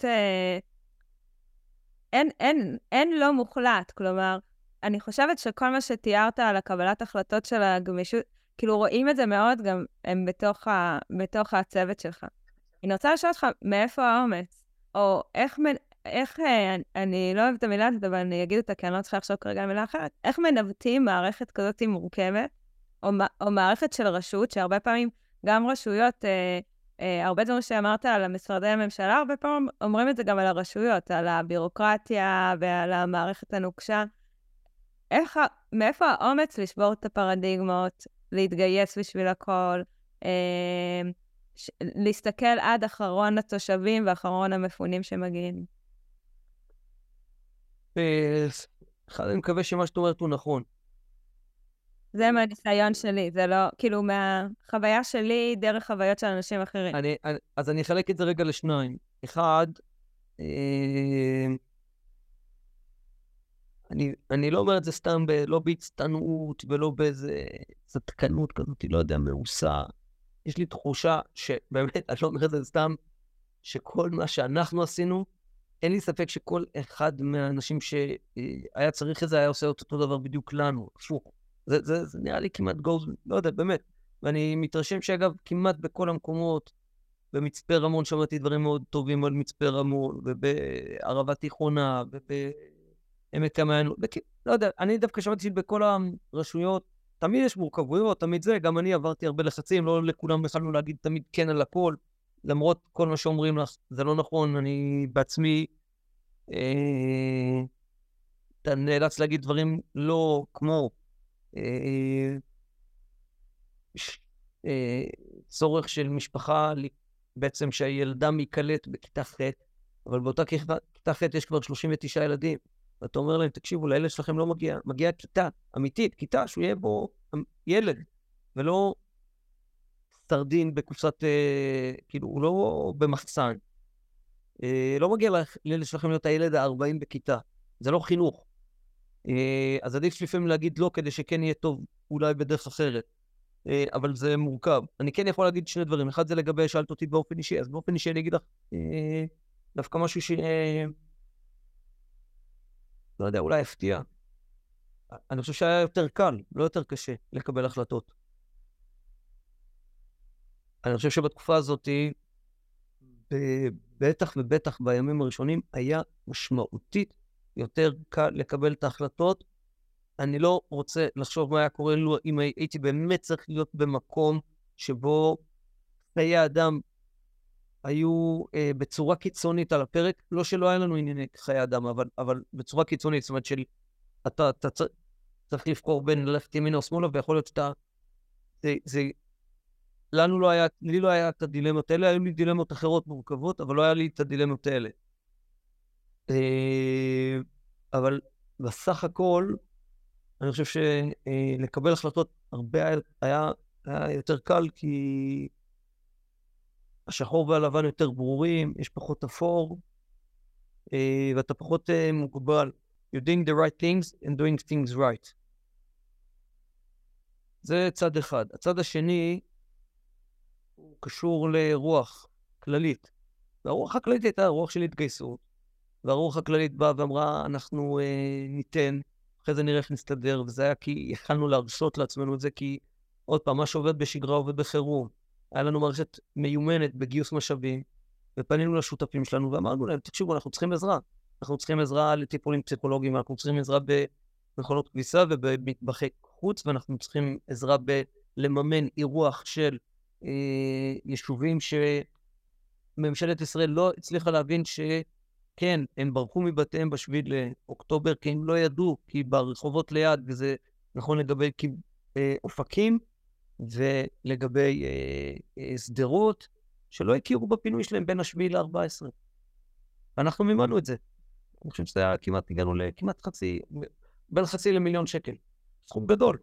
אין לא מוחלט, כלומר, אני חושבת שכל מה שתיארת על הקבלת החלטות של הגמישות, כאילו רואים את זה מאוד, גם הם בתוך הצוות שלך. אני רוצה לשאול אותך, מאיפה האומץ? או איך, אני לא אוהבת את המילה הזאת, אבל אני אגיד אותה, כי אני לא צריכה לחשוב כרגע על מילה אחרת. איך מנווטים מערכת כזאת מורכבת, או מערכת של רשות, שהרבה פעמים, גם רשויות, הרבה דברים שאמרת על המשרדי הממשלה, הרבה פעמים אומרים את זה גם על הרשויות, על הבירוקרטיה ועל המערכת הנוקשה. מאיפה האומץ לשבור את הפרדיגמות, להתגייס בשביל הכל, להסתכל עד אחרון התושבים ואחרון המפונים שמגיעים? אני מקווה שמה שאת אומרת הוא נכון. זה מהניסיון שלי, זה לא, כאילו מהחוויה שלי דרך חוויות של אנשים אחרים. אז אני אחלק את זה רגע לשניים. אחד, אני לא אומר את זה סתם, לא בהצטנעות ולא באיזה צדקנות כזאת, לא יודע, מעושה. יש לי תחושה שבאמת, אני לא אומר את זה סתם, שכל מה שאנחנו עשינו, אין לי ספק שכל אחד מהאנשים שהיה צריך את זה, היה עושה אותו דבר בדיוק לנו, הפוך. זה נראה לי כמעט גוז, לא יודע, באמת. ואני מתרשם שאגב, כמעט בכל המקומות, במצפה רמון שמעתי דברים מאוד טובים על מצפה רמון, ובערבה תיכונה, ובעמק המעיינות, לא יודע, אני דווקא שמעתי שבכל הרשויות, תמיד יש מורכבויות, תמיד זה, גם אני עברתי הרבה לחצים, לא לכולם יכולנו להגיד תמיד כן על הכל, למרות כל מה שאומרים לך, זה לא נכון, אני בעצמי, אתה נאלץ להגיד דברים לא כמו, צורך של משפחה, בעצם שהילדה מיקלט בכיתה ח', אבל באותה כיתה ח' יש כבר 39 ילדים, ואתה אומר להם, תקשיבו, לילד שלכם לא מגיע כיתה, אמיתית, כיתה שהוא יהיה בו ילד, ולא סרדין בקופסת, כאילו, הוא לא במחסן. לא מגיע לילד שלכם להיות הילד ה-40 בכיתה, זה לא חינוך. אז עדיף לפעמים להגיד לא, כדי שכן יהיה טוב, אולי בדרך אחרת. אבל זה מורכב. אני כן יכול להגיד שני דברים. אחד זה לגבי, שאלת אותי באופן אישי, אז באופן אישי אני אגיד לך, דווקא משהו לא יודע, אולי הפתיע. אני חושב שהיה יותר קל, לא יותר קשה, לקבל החלטות. אני חושב שבתקופה הזאת, בטח ובטח בימים הראשונים, היה משמעותית יותר קל לקבל את ההחלטות. אני לא רוצה לחשוב מה היה קורה לו אם הייתי באמת צריך להיות במקום שבו חיי האדם היו בצורה קיצונית על הפרק, לא שלא היה לנו ענייני חיי אדם, אבל בצורה קיצונית, זאת אומרת של אתה צריך לבחור בין ללכת ימינה או שמאלה, ויכול להיות שאתה, לי לא היה את הדילמות האלה, היו לי דילמות אחרות מורכבות, אבל לא היה לי את הדילמות האלה. אבל בסך הכל, אני חושב שלקבל החלטות הרבה היה יותר קל, כי השחור והלבן יותר ברורים, יש פחות אפור, ואתה פחות מוגבל. You're doing the right things and doing things right. זה צד אחד. הצד השני הוא קשור לרוח כללית. והרוח הכללית הייתה רוח של התגייסות, והרוח הכללית באה ואמרה, אנחנו ניתן, אחרי זה נראה איך נסתדר, וזה היה כי יכלנו להרשות לעצמנו את זה, כי עוד פעם, מה שעובד בשגרה עובד בחירום. היה לנו מערכת מיומנת בגיוס משאבים, ופנינו לשותפים שלנו ואמרנו להם, תקשיבו, אנחנו צריכים עזרה. אנחנו צריכים עזרה לטיפולים פסיכולוגיים, אנחנו צריכים עזרה במכונות כביסה ובמטבחי חוץ, ואנחנו צריכים עזרה בלממן אירוח של יישובים שממשלת ישראל לא הצליחה להבין שכן, הם ברחו מבתיהם בשביל לאוקטובר, כי הם לא ידעו, כי ברחובות ליד, וזה נכון לגבי אופקים, ולגבי סדרות, שלא הכירו בפינוי שלהם בין השביעי ל-14. אנחנו מימנו את זה. אני חושב שזה היה כמעט, הגענו לכמעט בין חצי למיליון שקל. סכום גדול.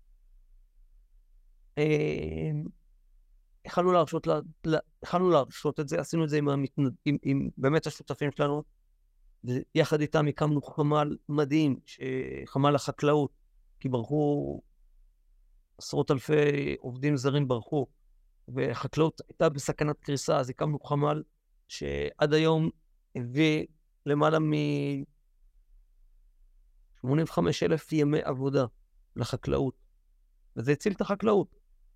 יכלנו להרשות את זה, עשינו את זה עם באמת השותפים שלנו, ויחד איתם הקמנו חמ"ל מדהים, חמ"ל החקלאות, כי ברחו עשרות אלפי עובדים זרים ברחו, והחקלאות הייתה בסכנת קריסה, אז הקמנו חמ"ל שעד היום הביא למעלה מ-85,000 ימי עבודה לחקלאות, וזה הציל את החקלאות.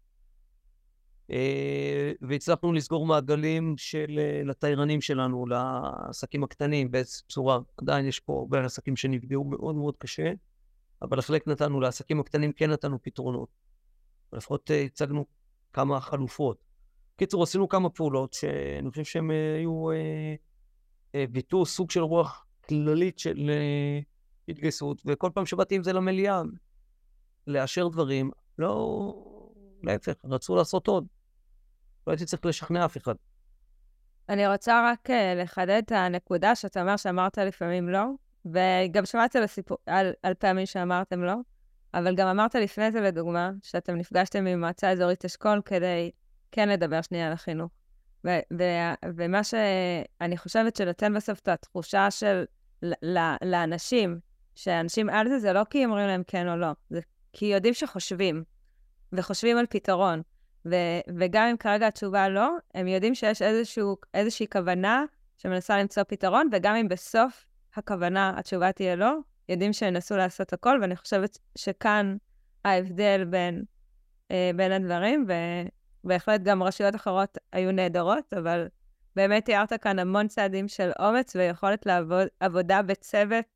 והצלחנו לסגור מעגלים לתיירנים שלנו, לעסקים הקטנים, באיזו צורה. עדיין יש פה הרבה עסקים שנפגעו מאוד מאוד קשה, אבל לחלק נתנו, לעסקים הקטנים כן נתנו פתרונות. לפחות הצגנו כמה חלופות. קיצור, עשינו כמה פעולות שאני חושב שהם היו ביטאו סוג של רוח כללית של התגייסות, וכל פעם שבאתי עם זה למליאה, לאשר דברים, לא, להפך, רצו לעשות עוד. לא הייתי צריך לשכנע אף אחד. אני רוצה רק לחדד את הנקודה שאתה אומר שאמרת לפעמים לא, וגם שמעתי על פעמים שאמרתם לא, אבל גם אמרת לפני זה לדוגמה, שאתם נפגשתם עם מועצה אזורית אשכול כדי כן לדבר שנייה על החינוך. ומה שאני חושבת שנותן בסוף את התחושה של לאנשים, שאנשים על זה, זה לא כי אומרים להם כן או לא, זה כי יודעים שחושבים, וחושבים על פתרון. וגם אם כרגע התשובה לא, הם יודעים שיש איזושהי כוונה שמנסה למצוא פתרון, וגם אם בסוף הכוונה, התשובה תהיה לא, יודעים שינסו לעשות הכל, ואני חושבת שכאן ההבדל בין הדברים, ובהחלט גם רשויות אחרות היו נהדרות, אבל באמת תיארת כאן המון צעדים של אומץ ויכולת לעבודה בצוות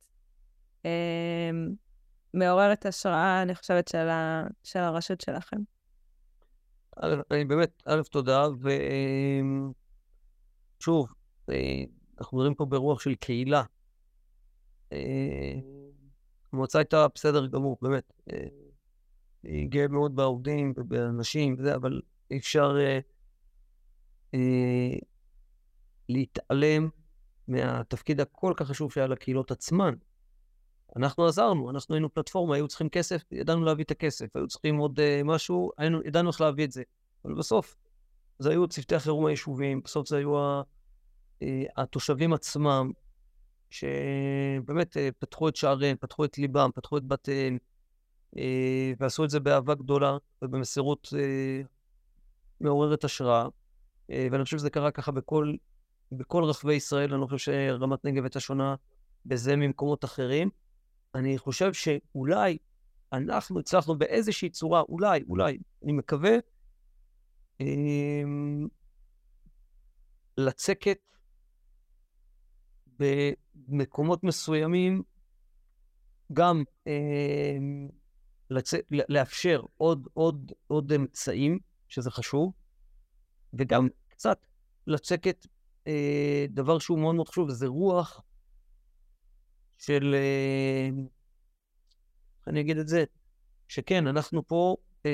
מעוררת השראה, אני חושבת, של הרשות שלכם. אני באמת, תודה, ושוב, אנחנו מדברים פה ברוח של קהילה. המועצה הייתה בסדר גמור, באמת. היא גאה מאוד בעובדים ובאנשים וזה, אבל אי אפשר להתעלם מהתפקיד הכל כך חשוב שהיה לקהילות עצמן. אנחנו עזרנו, אנחנו היינו פלטפורמה, היו צריכים כסף, ידענו להביא את הכסף, היו צריכים עוד משהו, ידענו איך להביא את זה. אבל בסוף, זה היו צוותי החירום היישובים, בסוף זה היו התושבים עצמם, שבאמת פתחו את שעריהם, פתחו את ליבם, פתחו את בתיהם, ועשו את זה באהבה גדולה, ובמסירות מעוררת השראה. ואני חושב שזה קרה ככה בכל רחבי ישראל, אני לא חושב שרמת נגב הייתה שונה בזה ממקומות אחרים. אני חושב שאולי אנחנו הצלחנו באיזושהי צורה, אולי, אני מקווה, לצקת במקומות מסוימים, גם לאפשר עוד אמצעים, שזה חשוב, וגם קצת לצקת דבר שהוא מאוד מאוד חשוב, וזה רוח של, אני אגיד את זה, שכן, אנחנו פה,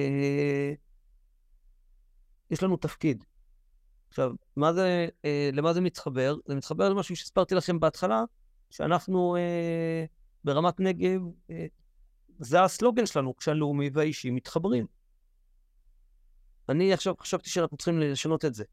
יש לנו תפקיד. עכשיו, למה זה מתחבר? זה מתחבר למשהו שספרתי לכם בהתחלה, שאנחנו ברמת נגב, זה הסלוגן שלנו, כשהלאומי והאישי מתחברים. אני עכשיו חשבתי שאנחנו צריכים לשנות את זה.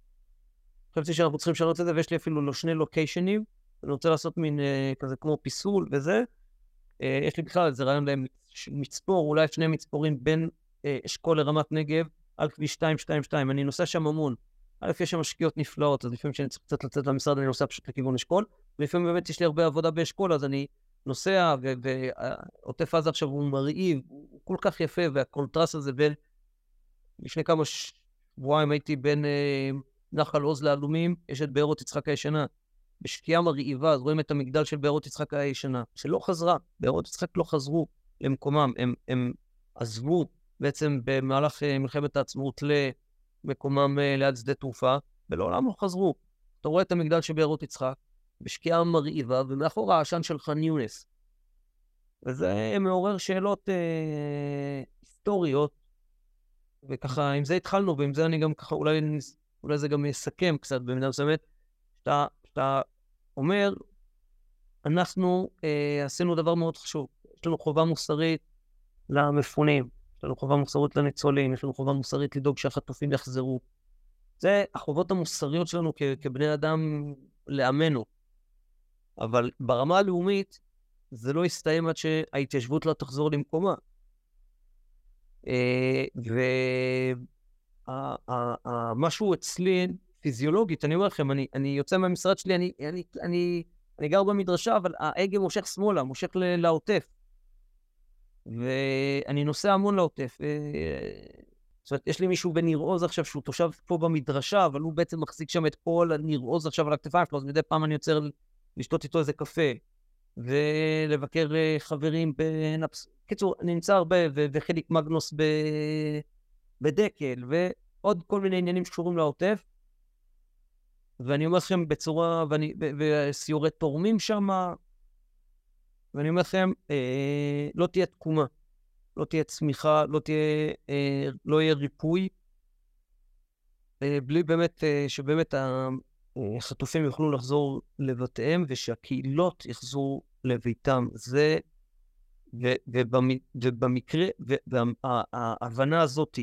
ויש לי אפילו 2 לוקיישנים, אני רוצה לעשות מין כזה כמו פיסול וזה. יש לי בכלל איזה רעיון מצפור, אולי 2 מצפורים בין אשכול לרמת נגב, על כביש 222. אני נוסע שם המון. יש שם משקיעות נפלאות, אז לפעמים שאני צריך קצת לצאת למשרד, אני נוסע פשוט לכיוון אשכול, ולפעמים באמת יש לי הרבה עבודה באשכול, אז אני נוסע, ועוטף עזה עכשיו הוא מרהיב, הוא כל כך יפה, והקונטרסט הזה בין, לפני כמה שבועיים הייתי בין נחל עוז לאלומים, יש את בארות יצחק הישנה, בשקיעה מרהיבה, אז רואים את המגדל של בארות יצחק הישנה, שלא חזרה, בארות יצחק לא חזרו למקומם, הם עזבו בעצם במהלך מלחמת העצמאות מקומם ליד שדה תעופה, ולעולם לא חזרו. אתה רואה את המגדל של בארות יצחק, בשקיעה מרהיבה, ומאחור העשן של ח'אן יונס. וזה מעורר שאלות היסטוריות, וככה, עם זה התחלנו, ועם זה אני גם ככה, אולי זה גם יסכם קצת במידה מסוימת, שאתה אומר, אנחנו עשינו דבר מאוד חשוב. יש לנו חובה מוסרית למפונים, יש לנו חובה מוסרית לניצולים, יש לנו חובה מוסרית לדאוג שהחטופים יחזרו. זה החובות המוסריות שלנו כבני אדם לעמנו. אבל ברמה הלאומית, זה לא יסתיים עד שההתיישבות לא תחזור למקומה. משהו אצלי פיזיולוגית, אני אומר לכם, אני יוצא מהמשרד שלי, אני גר במדרשה, אבל ההגה מושך שמאלה, מושך לעוטף. ואני נוסע המון לעוטף. זאת אומרת, יש לי מישהו בניר עוז עכשיו, שהוא תושב פה במדרשה, אבל הוא בעצם מחזיק שם את כל הניר עוז עכשיו על הכתפיים שלו, אז מדי פעם אני יוצר לשתות איתו איזה קפה, ולבקר חברים בנפס. קיצור, אני נמצא הרבה, וחיליק מגנוס בדקל, ועוד כל מיני עניינים שקשורים לעוטף. ואני אומר לכם בצורה, וסיורי תורמים שם, ואני אומר לכם, לא תהיה תקומה, לא תהיה צמיחה, לא יהיה ריפוי, בלי באמת, שבאמת החטופים יוכלו לחזור לבתיהם, ושהקהילות יחזרו לביתם. זה, ובמקרה, וההבנה הזאת,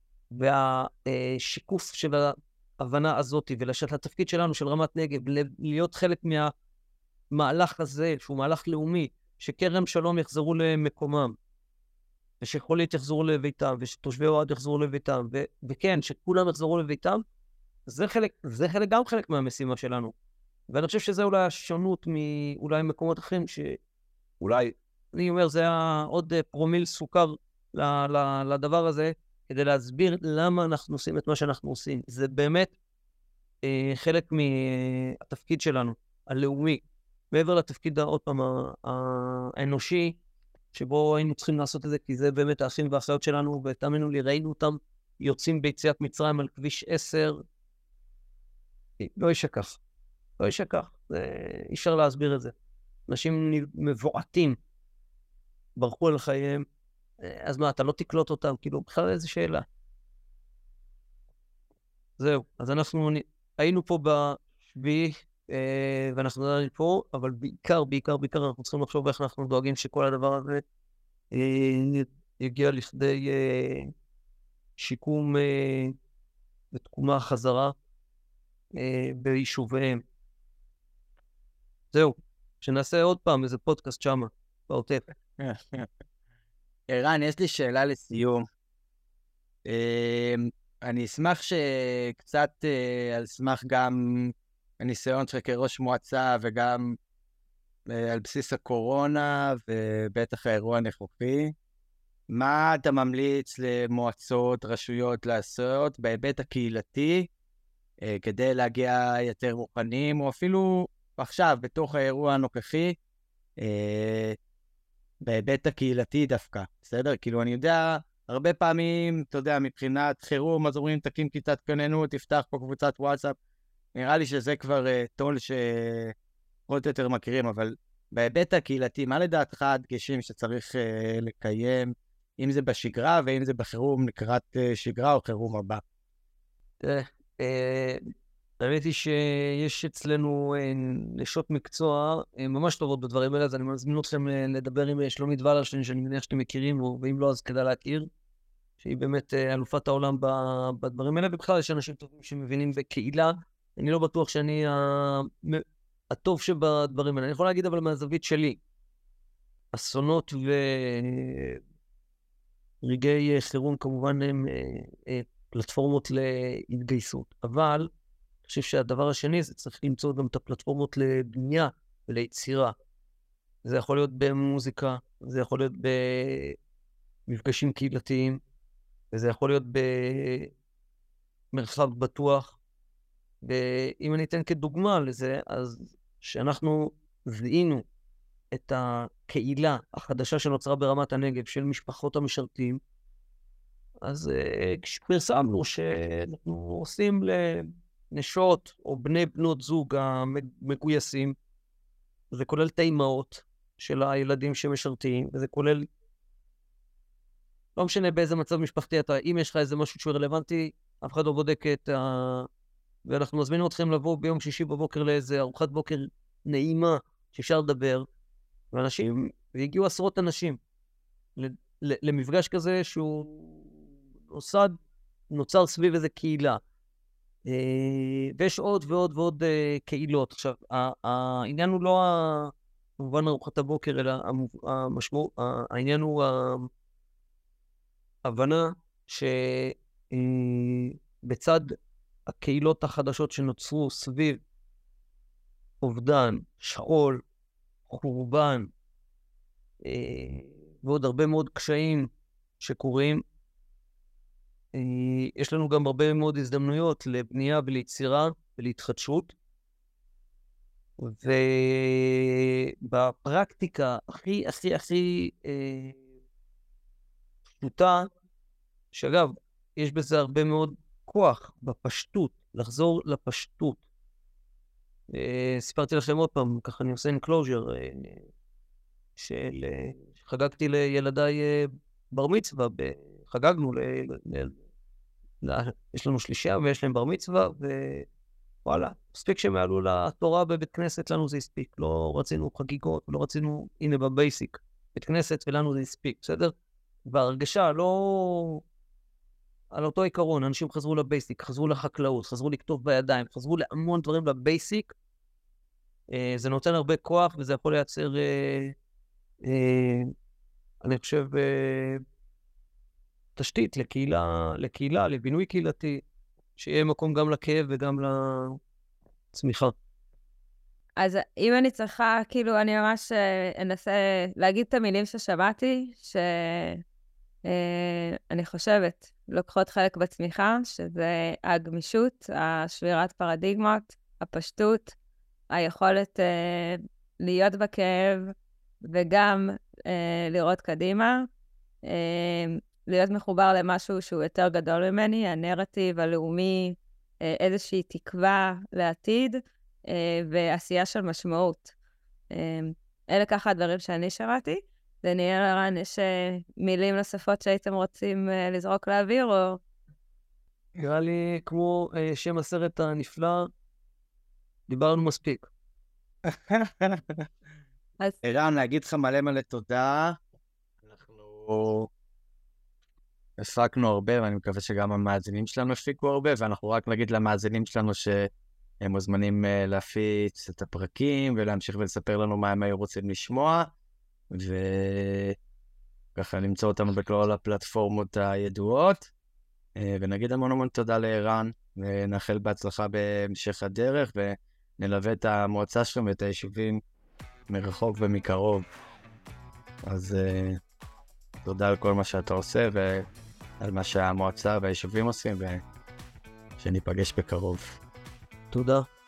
והשיקוף של ההבנה הזאת, ולשת התפקיד שלנו, של רמת נגב, להיות חלק מהמהלך הזה, שהוא מהלך לאומי, שכרם שלום יחזרו למקומם, ושחולית יחזרו לביתם, ושתושבי אוהד יחזרו לביתם, וכן, שכולם יחזרו לביתם, זה גם חלק מהמשימה שלנו. ואני חושב שזה אולי השונות מאולי מקומות אחרים, שאולי, אני אומר, זה היה עוד פרומיל סוכר לדבר הזה, כדי להסביר למה אנחנו עושים את מה שאנחנו עושים. זה באמת חלק מהתפקיד שלנו, הלאומי, מעבר לתפקיד, עוד פעם, האנושי, שבו היינו צריכים לעשות את זה, כי זה באמת האחים והאחיות שלנו, ותאמינו לי, ראינו אותם יוצאים ביציאת מצרים על כביש 10, לא ישכח, לא ישכח, אי אפשר להסביר את זה. אנשים מבועטים, ברחו על חייהם, אז מה, אתה לא תקלוט אותם? כאילו, בכלל איזו שאלה. זהו, אז אנחנו היינו פה בשביעי, ואנחנו עדיין פה, אבל בעיקר אנחנו צריכים לחשוב איך אנחנו דואגים שכל הדבר הזה יגיע לכדי שיקום ותקומה חזרה ביישוביהם. זהו, שנעשה עוד פעם איזה פודקאסט שמה, בעוטף. ערן, יש לי שאלה לסיום. אני אשמח שקצת על סמך גם הניסיון שלך כראש מועצה וגם על בסיס הקורונה ובטח האירוע הנוכחי, מה אתה ממליץ למועצות, רשויות לעשות בהיבט הקהילתי כדי להגיע יותר מוכנים, או אפילו עכשיו בתוך האירוע הנוכחי בהיבט הקהילתי דווקא, בסדר? כאילו אני יודע, הרבה פעמים, אתה יודע, מבחינת חירום, אז אומרים, תקים כיתת כוננות, תפתח פה קבוצת וואטסאפ, נראה לי שזה כבר טול שעוד יותר מכירים, אבל בהיבט הקהילתי, מה לדעתך הדגשים שצריך לקיים, אם זה בשגרה ואם זה בחירום לקראת שגרה או חירום הבא? האמת היא שיש אצלנו נשות מקצוע ממש טובות בדברים האלה, אז אני מזמין אתכם לדבר עם שלומית ולרשטיין, שאני מניח שאתם מכירים, ואם לא אז כדאי להכיר, שהיא באמת אלופת העולם בדברים האלה, ובכלל יש אנשים טובים שמבינים בקהילה. אני לא בטוח שאני הטוב שבדברים האלה. אני יכול להגיד אבל מהזווית שלי, אסונות ורגעי חירום כמובן הם פלטפורמות להתגייסות, אבל אני חושב שהדבר השני זה צריך למצוא גם את הפלטפורמות לבנייה וליצירה. זה יכול להיות במוזיקה, זה יכול להיות במפגשים קהילתיים, וזה יכול להיות במרחב בטוח. ואם אני אתן כדוגמה לזה, אז שאנחנו זיהינו את הקהילה החדשה שנוצרה ברמת הנגב של משפחות המשרתים, אז כשפרסמנו שאנחנו עושים לנשות או בני בנות זוג המגויסים, זה כולל את האימהות של הילדים שמשרתים, וזה כולל, לא משנה באיזה מצב משפחתי אתה, אם יש לך איזה משהו שהוא רלוונטי, אף אחד לא בודק ואנחנו מזמינים אתכם לבוא ביום שישי בבוקר לאיזה ארוחת בוקר נעימה שאפשר לדבר, ואנשים, והגיעו עשרות אנשים למפגש כזה שהוא נוצר סביב איזה קהילה. ויש עוד ועוד ועוד קהילות. עכשיו, העניין הוא לא כמובן ארוחת הבוקר, אלא העניין הוא ההבנה שבצד הקהילות החדשות שנוצרו סביב אובדן, שכול, חורבן, ועוד הרבה מאוד קשיים שקורים, יש לנו גם הרבה מאוד הזדמנויות לבנייה וליצירה ולהתחדשות. ובפרקטיקה הכי פשוטה, שאגב, יש בזה הרבה מאוד כוח בפשטות, לחזור לפשטות. סיפרתי לכם עוד פעם, ככה אני עושה אנקלוז'ר, שחגגתי לילדיי בר מצווה, חגגנו, יש לנו שלישייה ויש להם בר מצווה, ווואלה, מספיק שהם יעלו לתורה בבית כנסת, לנו זה הספיק. לא רצינו חגיגות, לא רצינו, הנה בבייסיק, בית כנסת ולנו זה הספיק, בסדר? וההרגשה לא על אותו עיקרון, אנשים חזרו לבייסיק, חזרו לחקלאות, חזרו לכתוב בידיים, חזרו להמון דברים לבייסיק, זה נותן הרבה כוח וזה יכול לייצר, אני חושב, תשתית לקהילה, לבינוי קהילתי, שיהיה מקום גם לכאב וגם לצמיחה. אז אם אני צריכה, כאילו, אני ממש אנסה להגיד את המילים ששמעתי, שאני חושבת, לוקחות חלק בצמיחה, שזה הגמישות, השבירת פרדיגמות, הפשטות, היכולת להיות בכאב, וגם לראות קדימה, להיות מחובר למשהו שהוא יותר גדול ממני, הנרטיב הלאומי, איזושהי תקווה לעתיד, ועשייה של משמעות. אלה ככה הדברים שאני שמעתי. דניאל, ערן, יש מילים נוספות שהייתם רוצים לזרוק לאוויר, או... נראה לי כמו שם הסרט הנפלא, דיברנו מספיק. ערן, להגיד לך מלא תודה. אנחנו הפקנו הרבה, ואני מקווה שגם המאזינים שלנו הפיקו הרבה, ואנחנו רק נגיד למאזינים שלנו שהם מוזמנים להפיץ את הפרקים, ולהמשיך ולספר לנו מה הם היו רוצים לשמוע, וככה למצוא אותנו בכל הפלטפורמות הידועות, ונגיד המון תודה לערן, ונאחל בהצלחה בהמשך הדרך, ונלווה את המועצה שלנו ואת היישובים מרחוק ומקרוב. אז תודה על כל מה שאתה עושה, ועל מה שהמועצה והיישובים עושים, ושניפגש בקרוב. תודה.